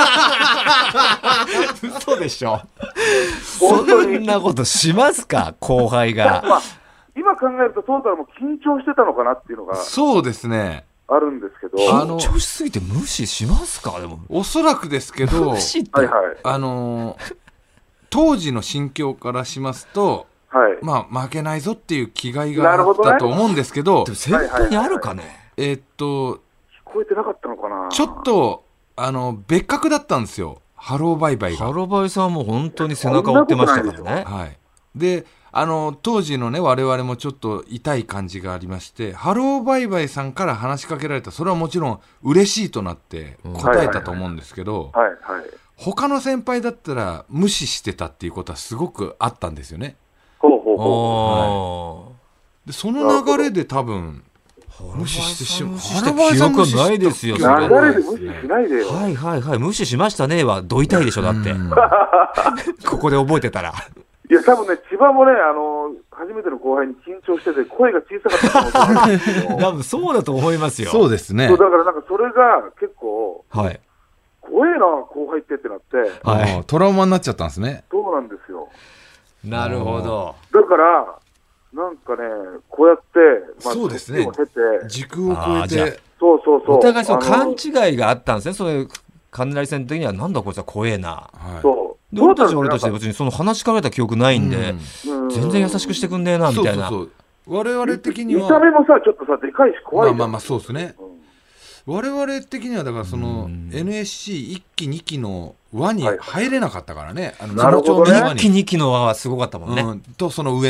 嘘でしょ。そんなことしますか、後輩が。 まあ、今考えるとトータルも緊張してたのかなっていうのがそうですね、 あるんですけど、 緊張しすぎて無視しますか。でもおそらくですけど、 無視って、 はいはい、 あの当時の心境からしますと、はい、まあ負けないぞっていう気概があったと思うんですけど、 でも先輩にあるかね、 えー、っと聞こえてなかったのかな。 ちょっとあの別格だったんですよ、ハローバイバイが。 ハローバイさんも本当に背中を追ってましたからね。 はい、であの当時のね我々もちょっと痛い感じがありまして、ハローバイバイさんから話しかけられた、それはもちろん嬉しいとなって答えたと思うんですけど、他の先輩だったら無視してたっていうことはすごくあったんですよね。 ほうほうほう、はい、でその流れで多分無視してしまう。 ハローバイさん無視した記憶ないですよ。 流れで無視しないでよ。 はいはいはい、無視しましたねはどいたいでしょ、だってここで覚えてたら。 いや多分ね、千葉もね、あの初めての後輩に緊張してて声が小さかったと思うんですけど多分そうだと思いますよ。 そうですね。 そうだからなんかそれが結構、 はい、 怖えな後輩ってってなって、 はい、トラウマになっちゃったんですね。 そうなんですよ。 なるほど。 だからなんかね、こうやって、 まあ、そうですね、時空を超えて、 そうそうそう、 お互いその勘違いがあったんですね。そういう雷戦的にはなんだこいつは怖えな、はい、そうで俺たちは俺たちで別にその話しかけた記憶ないんで、うん、全然優しくしてくんねえなみたいな。 そうそうそう、我々的には見た目もさちょっとさでかいし怖いじゃん。 まあまあまあそうですね、うん、我々的にはだからその エヌエスシーいっ 期に期の輪に入れなかったからね、はい、あのなるほどね、 いっ期に期の輪はすごかったもんね、 うん、とその上の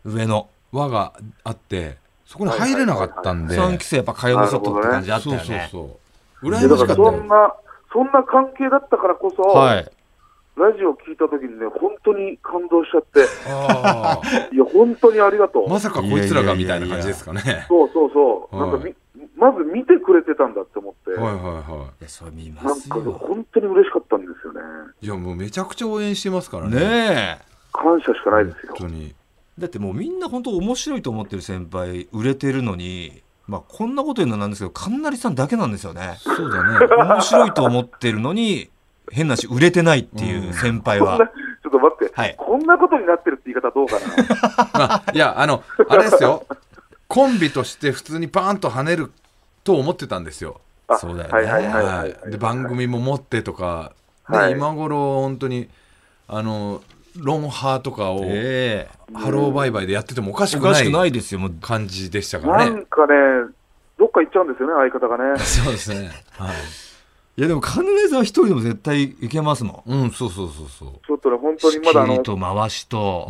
上の輪があってそこに入れなかったんで、 さんきせいやっぱ通う外って感じあったよね。 そうそうそう羨ましかったよ。 そんなそんな関係だったからこそ、はい、ラジオ聞いた時にね本当に感動しちゃって、あいや本当にありがとう。 まさかこいつらがみたいな感じですかね。いやいやいやそうそうそう、はい、なんかみまず見てくれてたんだって思って、 はいはいはい。いやそれ見ますよ。 なんか本当に嬉しかったんですよね。 いやもうめちゃくちゃ応援してますからね。 ねえ。 感謝しかないですよ。 本当に。 だってもうみんな本当面白いと思ってる先輩売れてるのに、まあこんなこと言うのなんですけど、神成さんだけなんですよね。 そうだね。 面白いと思ってるのに変なし売れてないっていう先輩は。うん、 ちょっと待って、はい、こんなことになってるって言い方どうかな。いやあのあれですよ。コンビとして普通にパーンと跳ねると思ってたんですよ。 そうだよね。 はいはいはいはい、 で番組も持ってとか、 はい、 で今頃本当にあのロンハーとかを、えー、ハローバイバイでやっててもおかしくない、 おかしくないですよ、もう感じでしたからね。 なんかねどっか行っちゃうんですよね相方がね。 そうですね。はい。 いやでも金根さん一人でも絶対いけますもん。うんそうそうそうそう。 ちょっとね本当にまだあの仕切りと回しと、 うん、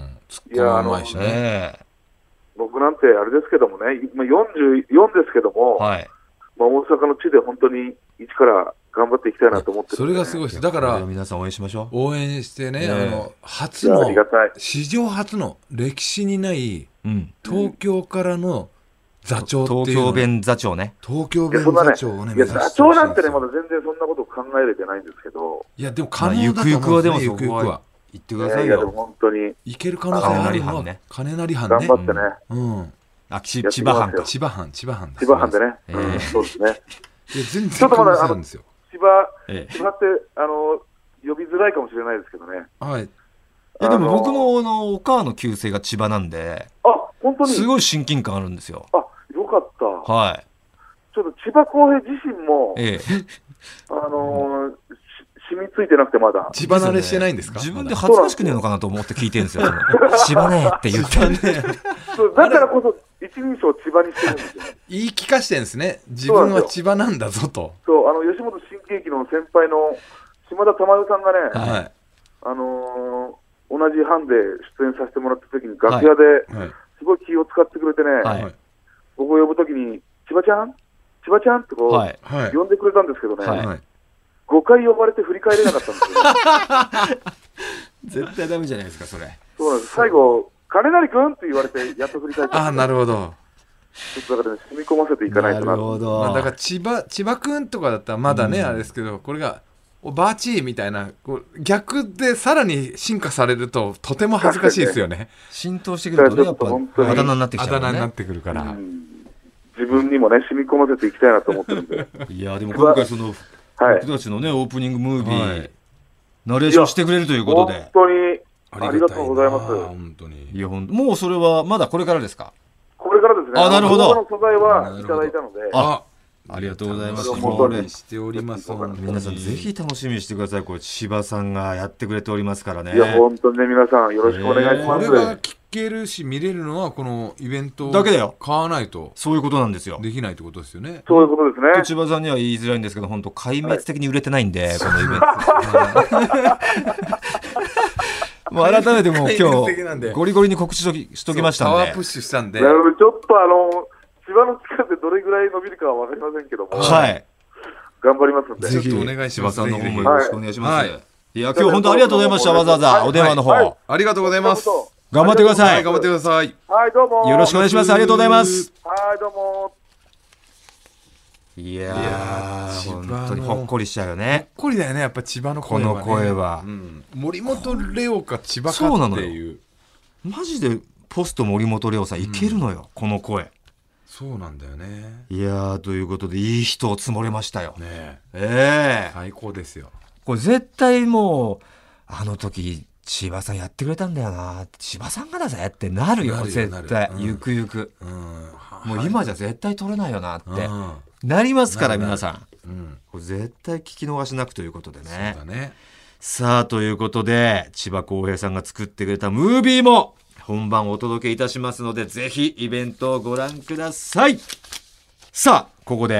ツッコミうまいしね。 僕なんてあれですけどもね、今よんじゅうよんですけども、 はい、 まあ、大阪の地で本当に一から頑張っていきたいなと思ってる、 ね、それがすごいです。だから皆さん応援しましょう。 応援してね、あの初の史上初の歴史にない、うん、東京からの座長っていう、 東京弁座長ね。 東京弁座長をね、 いや座長なんてねまだ全然そんなこと考えれてないんですけど、 いやでも可能だと思うんですね。ゆくゆくは言ってくださいよ。 いやいやでも本当にいける可能性あるのは金成藩ね。 頑張ってね。 うん。 あ、千葉藩か。 千葉藩、千葉藩。 千葉藩でね。そうですね。 全然可能性あるんですよ。 千葉、千葉ってあの呼びづらいかもしれないですけどね。 はい。 いやでも僕のあのお母の旧姓が千葉なんで、 あ、本当にすごい親近感あるんですよ。 あ、よかった。 はい。 ちょっと千葉公平自身も、ええ、あのー、染みついてなくてまだ千葉慣れしてないんですか。 自分で恥ずかしくねえのかなと思って聞いてるんですよ。千葉ねって言ってね。 だからこそ一人称千葉にしてるんですよ。 言い聞かしてるんですね。自分は千葉なんだぞと。 そうあの吉本新喜劇の先輩の島田珠代さんがね、 はい、 あのー、同じ班で出演させてもらった時に楽屋ですごい気を使ってくれてね、はいはい、僕を呼ぶ時に千葉ちゃん千葉ちゃんってこう、はい、呼んでくれたんですけどね、はいはい、ごかい呼ばれて振り返れなかったんですよ。 絶対ダメじゃないですかそれ。 そうなんです。最後金成君って言われてやっと振り返って。 ああなるほど。 ちょっとだからね染み込ませていかないとな。 なるほど。 まあ、だから千葉千葉君とかだったらまだね、うん、あれですけどこれがおばあちみたいなこう逆でさらに進化されるととても恥ずかしいですよね。 浸透してくるとねやっぱあだ名になってきちゃうね。 あだ名になってくるから、うん、 自分にもね染み込ませていきたいなと思ってるんで。 いやでも今回その僕たちのねオープニングムービー、はい、ナレーションしてくれるということで本当にありがとうございます。 本当に。 いやほんもうそれはまだこれからですか。 これからですね。 あなるほど。 動画の素材はいただいたので。 あありがとうございます。 本当にしております。 皆さんぜひ楽しみにしてください。これ千葉さんがやってくれておりますからね。 いや本当にね皆さんよろしくお願いします。 これが聞けるし見れるのはこのイベントだけだよ。 買わないとそういうことなんですよ。 できないってことですよね。 そういうことですね。 千葉さんには言いづらいんですけど本当壊滅的に売れてないんで、はい、このイベント。もう改めてもう今日ゴリゴリに告知しとき、しときましたんで。 パワープッシュしたんで。 ちょっとあの千葉の力でどれぐらい伸びるかは分かりませんけども、 はい、 頑張りますのでぜひお願いします。 千葉さんの方もよろしくお願いします。はい、いや今日本当ありがとうございました。わざわざお電話の方、はいはい、 ありがとうございます。 頑張ってください。 頑張ってください。 はいどうもよろしくお願いします。ありがとうございます。 はいどうも。 いやー本当にほっこりしちゃうよね。 ほっこりだよねやっぱ千葉の声は、ね、 この声は、 うん、森本レオか千葉かっていう。 マジでポスト森本レオさんいけるのよ、うん、この声。 そうなんだよね。 いやーということでいい人を積もれましたよ。 ねええー、 最高ですよ。 これ絶対もうあの時千葉さんやってくれたんだよな千葉さんがだぜってなるよ。なるよ絶対、うん、ゆくゆく、うん、もう今じゃ絶対取れないよなって、うん、なりますから皆さん、うん、これ絶対聞き逃しなくということでね。 そうだね。 さあということで千葉公平さんが作ってくれたムービーも本番お届けいたしますのでぜひイベントをご覧ください。さあここで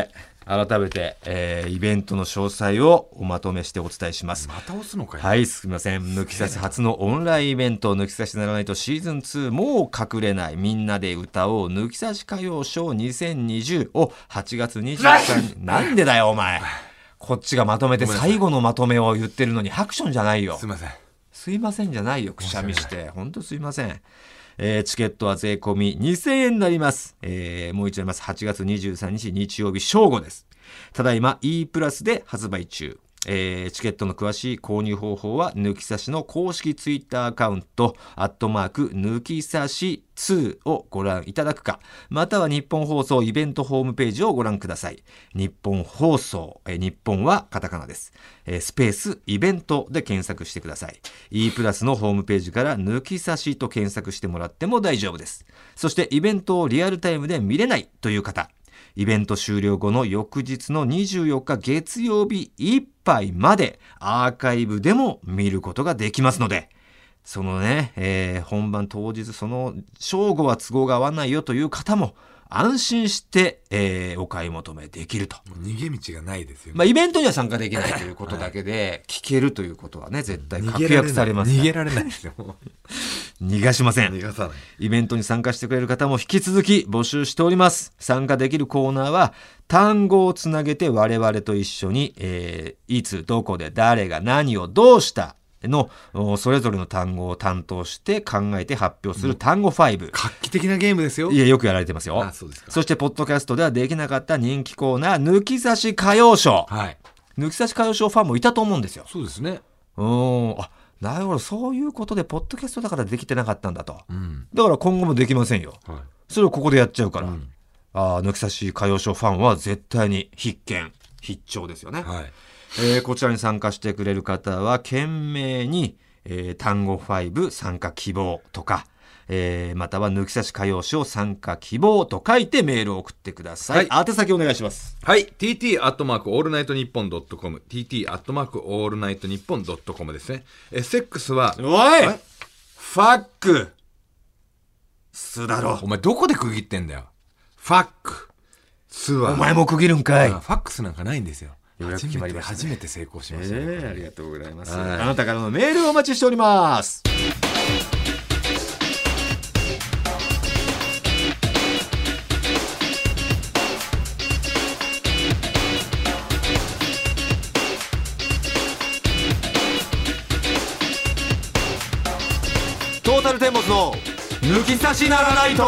改めて、えー、イベントの詳細をおまとめしてお伝えします。 また押すのかよ。 はい、すみません。抜き差し初のオンラインイベント、抜き差しならないとシーズンツー、もう隠れないみんなで歌おう抜き差し歌謡ショーにせんにじゅうをはちがつにじゅうさんにちなんでだよお前。こっちがまとめて最後のまとめを言ってるのにハクションじゃないよ。 すいません。 すいませんじゃないよ、くしゃみして本当すいません。えー、チケットは税込みにせんえんになります。えー、もう一度言います。はちがつにじゅうさんにち日曜日正午です。ただいま E プラスで発売中。えー、チケットの詳しい購入方法は抜き差しの公式ツイッターアカウントアットマーク抜き差しツーをご覧いただくか、または日本放送イベントホームページをご覧ください。日本放送、えー、日本はカタカナです、えー、スペースイベントで検索してください。 E プラスのホームページから抜き差しと検索してもらっても大丈夫です。そしてイベントをリアルタイムで見れないという方、イベント終了後の翌日のにじゅうよっか月曜日いっぱいまでアーカイブでも見ることができますので、そのね、えー、本番当日その正午は都合が合わないよという方も安心して、えー、お買い求めできると。 もう逃げ道がないですよね。 まあ、イベントには参加できないということだけで聞けるということはね、絶対確約されます。 逃げられないですよ。 逃がしません。 逃がさない。 イベントに参加してくれる方も引き続き募集しております。参加できるコーナーは単語をつなげて我々と一緒に、えー、いつどこで誰が何をどうしたのそれぞれの単語を担当して考えて発表する単語ファイブ。 画期的なゲームですよ。 いや、よくやられてますよ。 あ、そうですか。 そしてポッドキャストではできなかった人気コーナー抜き差し歌謡ショー、 はい、 抜き差し歌謡ショーファンもいたと思うんですよ。 そうですね。 うーん、あ、なるほど、そういうことでポッドキャストだからできてなかったんだと、 うん、 だから今後もできませんよ、はい、それをここでやっちゃうから、うん、あ、抜き差し歌謡ショーファンは絶対に必見必聴ですよね、はい。えー、こちらに参加してくれる方は懸命にえー、単語ファイブ参加希望とか、えー、または抜き差し歌謡ショー参加希望と書いてメールを送ってください、はい、宛先お願いします。 はい、 ティーティー アットマークオールナイトニッポンドットコム ティーティー アットマークオールナイトニッポンドットコムですね。えセックスはおいファックスだろ。 お前どこで区切ってんだよ。ファックスはお前も区切るんかい。 ファックスなんかないんですよ。 ようやく決まりましたね。 初めて成功しました、ね。 えー、ありがとうございます。あなたからのメールをお待ちしております。トータルテンボスの抜き差しならないと。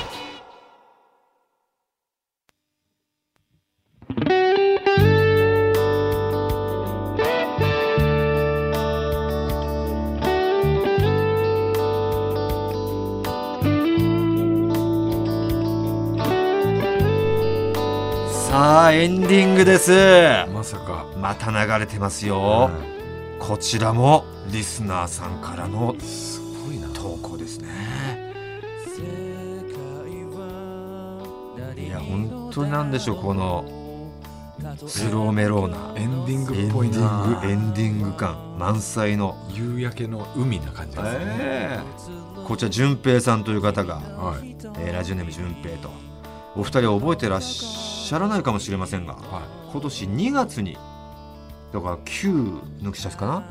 さあエンディングです。 まさかまた流れてますよ、うん、こちらもリスナーさんからのすごいな投稿ですね。いや本当になんでしょう、このスローメローなエンディングっぽいな。 エンディングエンディング感満載の夕焼けの海な感じですね、えー、こちら順平さんという方が、はい、えー、ラジオネーム順平とお二人は覚えてらっしゃらないかもしれませんが、はい、今年にがつにだから旧抜き差しかな、うん、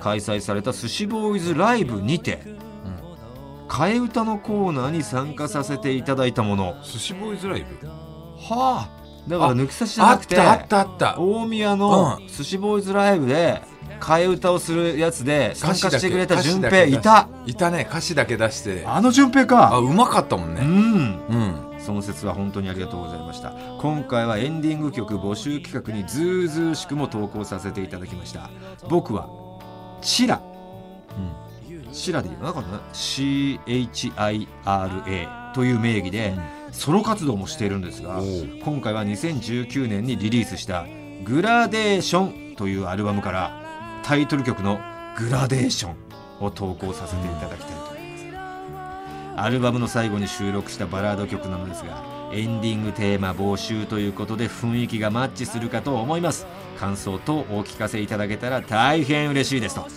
開催された寿司ボーイズライブにて、うん、替え歌のコーナーに参加させていただいたもの。 寿司ボーイズライブはあ、だから抜き差しじゃなくてあったあったあった大宮の寿司ボーイズライブで替え歌をするやつで参加してくれた順平いたいたね。歌詞だけ出してあの順平か。 あ、うまかったもんね。うん、 うん、その説は本当にありがとうございました。今回はエンディング曲募集企画にずうずうしくも投稿させていただきました。僕はチラ、うん、チラでいいのかな シーエイチアイアールエー という名義でソロ活動もしているんですが、今回はにせんじゅうきゅうねんにリリースしたグラデーションというアルバムからタイトル曲のグラデーションを投稿させていただきたいと思います。アルバムの最後に収録したバラード曲なのですが、エンディングテーマ募集ということで雰囲気がマッチするかと思います。感想とお聞かせいただけたら大変嬉しいですと。なる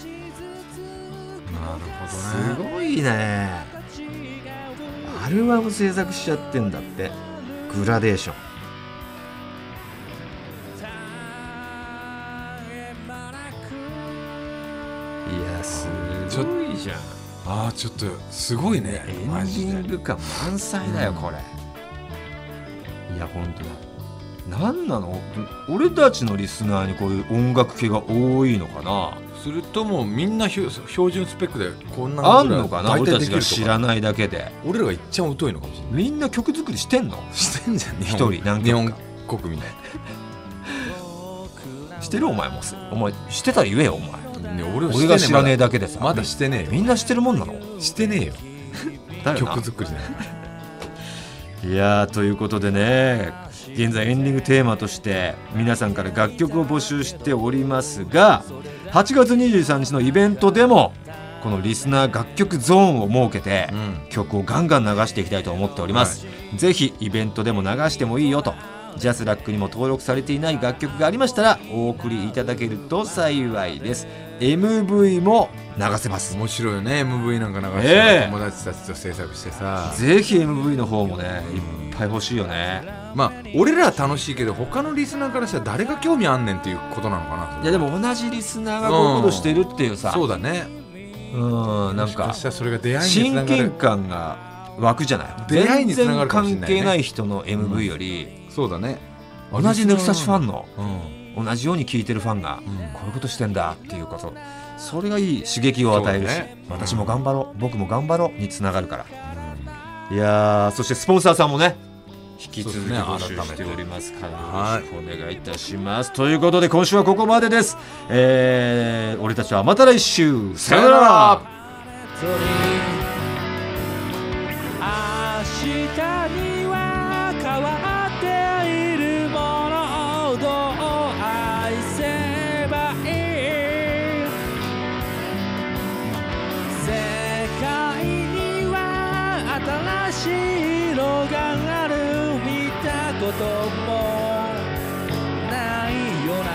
ほどね。 すごいね。アルバム制作しちゃってんだって。グラデーションああちょっとすごいね。 エンディング感満載だよこれ、うん、いや本当だ。なんなの俺たちのリスナーにこういう音楽系が多いのかな。 それともみんな標準スペックでこんなのあんのかな。俺たちが知らないだけで。 俺らがいっちゃん疎いのかもしれない。 みんな曲作りしてんの？ してんじゃん。 一人何曲か日本国みたいなしてるお前もお前してたら言えよお前。 ね、俺, 俺が知らねえだけでさ。 まだしてねえよ。 みんな知ってるもんなの？ してねえよ曲作りじゃないいやということでね、現在エンディングテーマとして皆さんから楽曲を募集しておりますが、はちがつにじゅうさんにちのイベントでもこのリスナー楽曲ゾーンを設けて、うん、曲をガンガン流していきたいと思っております、はい、ぜひイベントでも流してもいいよと、ジャスラックにも登録されていない楽曲がありましたらお送りいただけると幸いです。 エムブイ も流せます。 面白いよね エムブイ なんか流して、えー、友達たちと制作してさ。 ぜひ エムブイ の方もねいっぱい欲しいよね。 まあ俺らは楽しいけど他のリスナーからしたら誰が興味あんねんっていうことなのかな。 いやでも同じリスナーがこういうことしてるっていうさ、 うん、そうだね。 うんなんかそれが出会いに親近感が湧くじゃない。 出会いにつながるかもしれないね。 全然関係ない人の エムブイ より、 うん、そうだね。 同じネクサシファンの、うん、同じように聴いてるファンが、うん、こういうことしてんだっていうこと、それがいい刺激を与えるし、ね、私も頑張ろう、うん、僕も頑張ろうにつながるから、うん、いやそしてスポンサーさんもね引き続き募集しておりますから、よろしくお願いいたします、はい、ということで今週はここまでです、えー、俺たちはまた来週、さよなら。 こともないよな。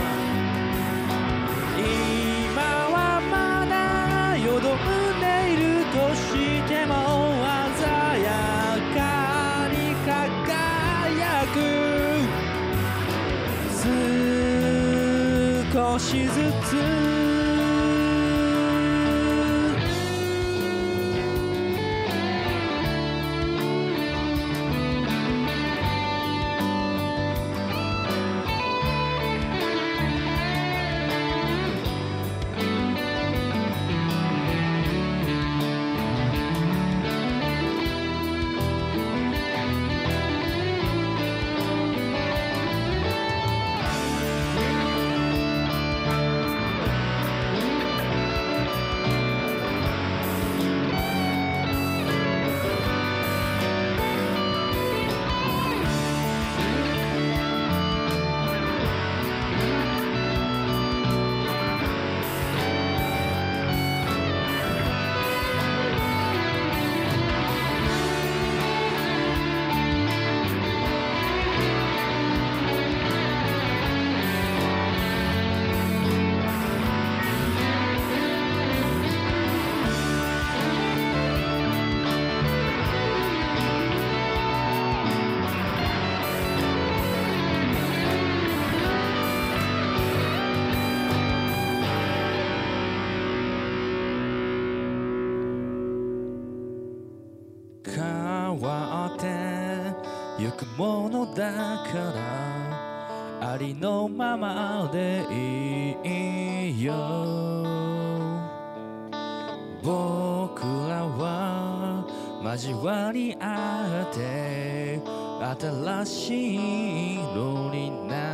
今はまだよどんでいるとしても鮮やかに輝く少しずつゆくものだからありのままでいいよ。僕らは交わり合って新しい色になる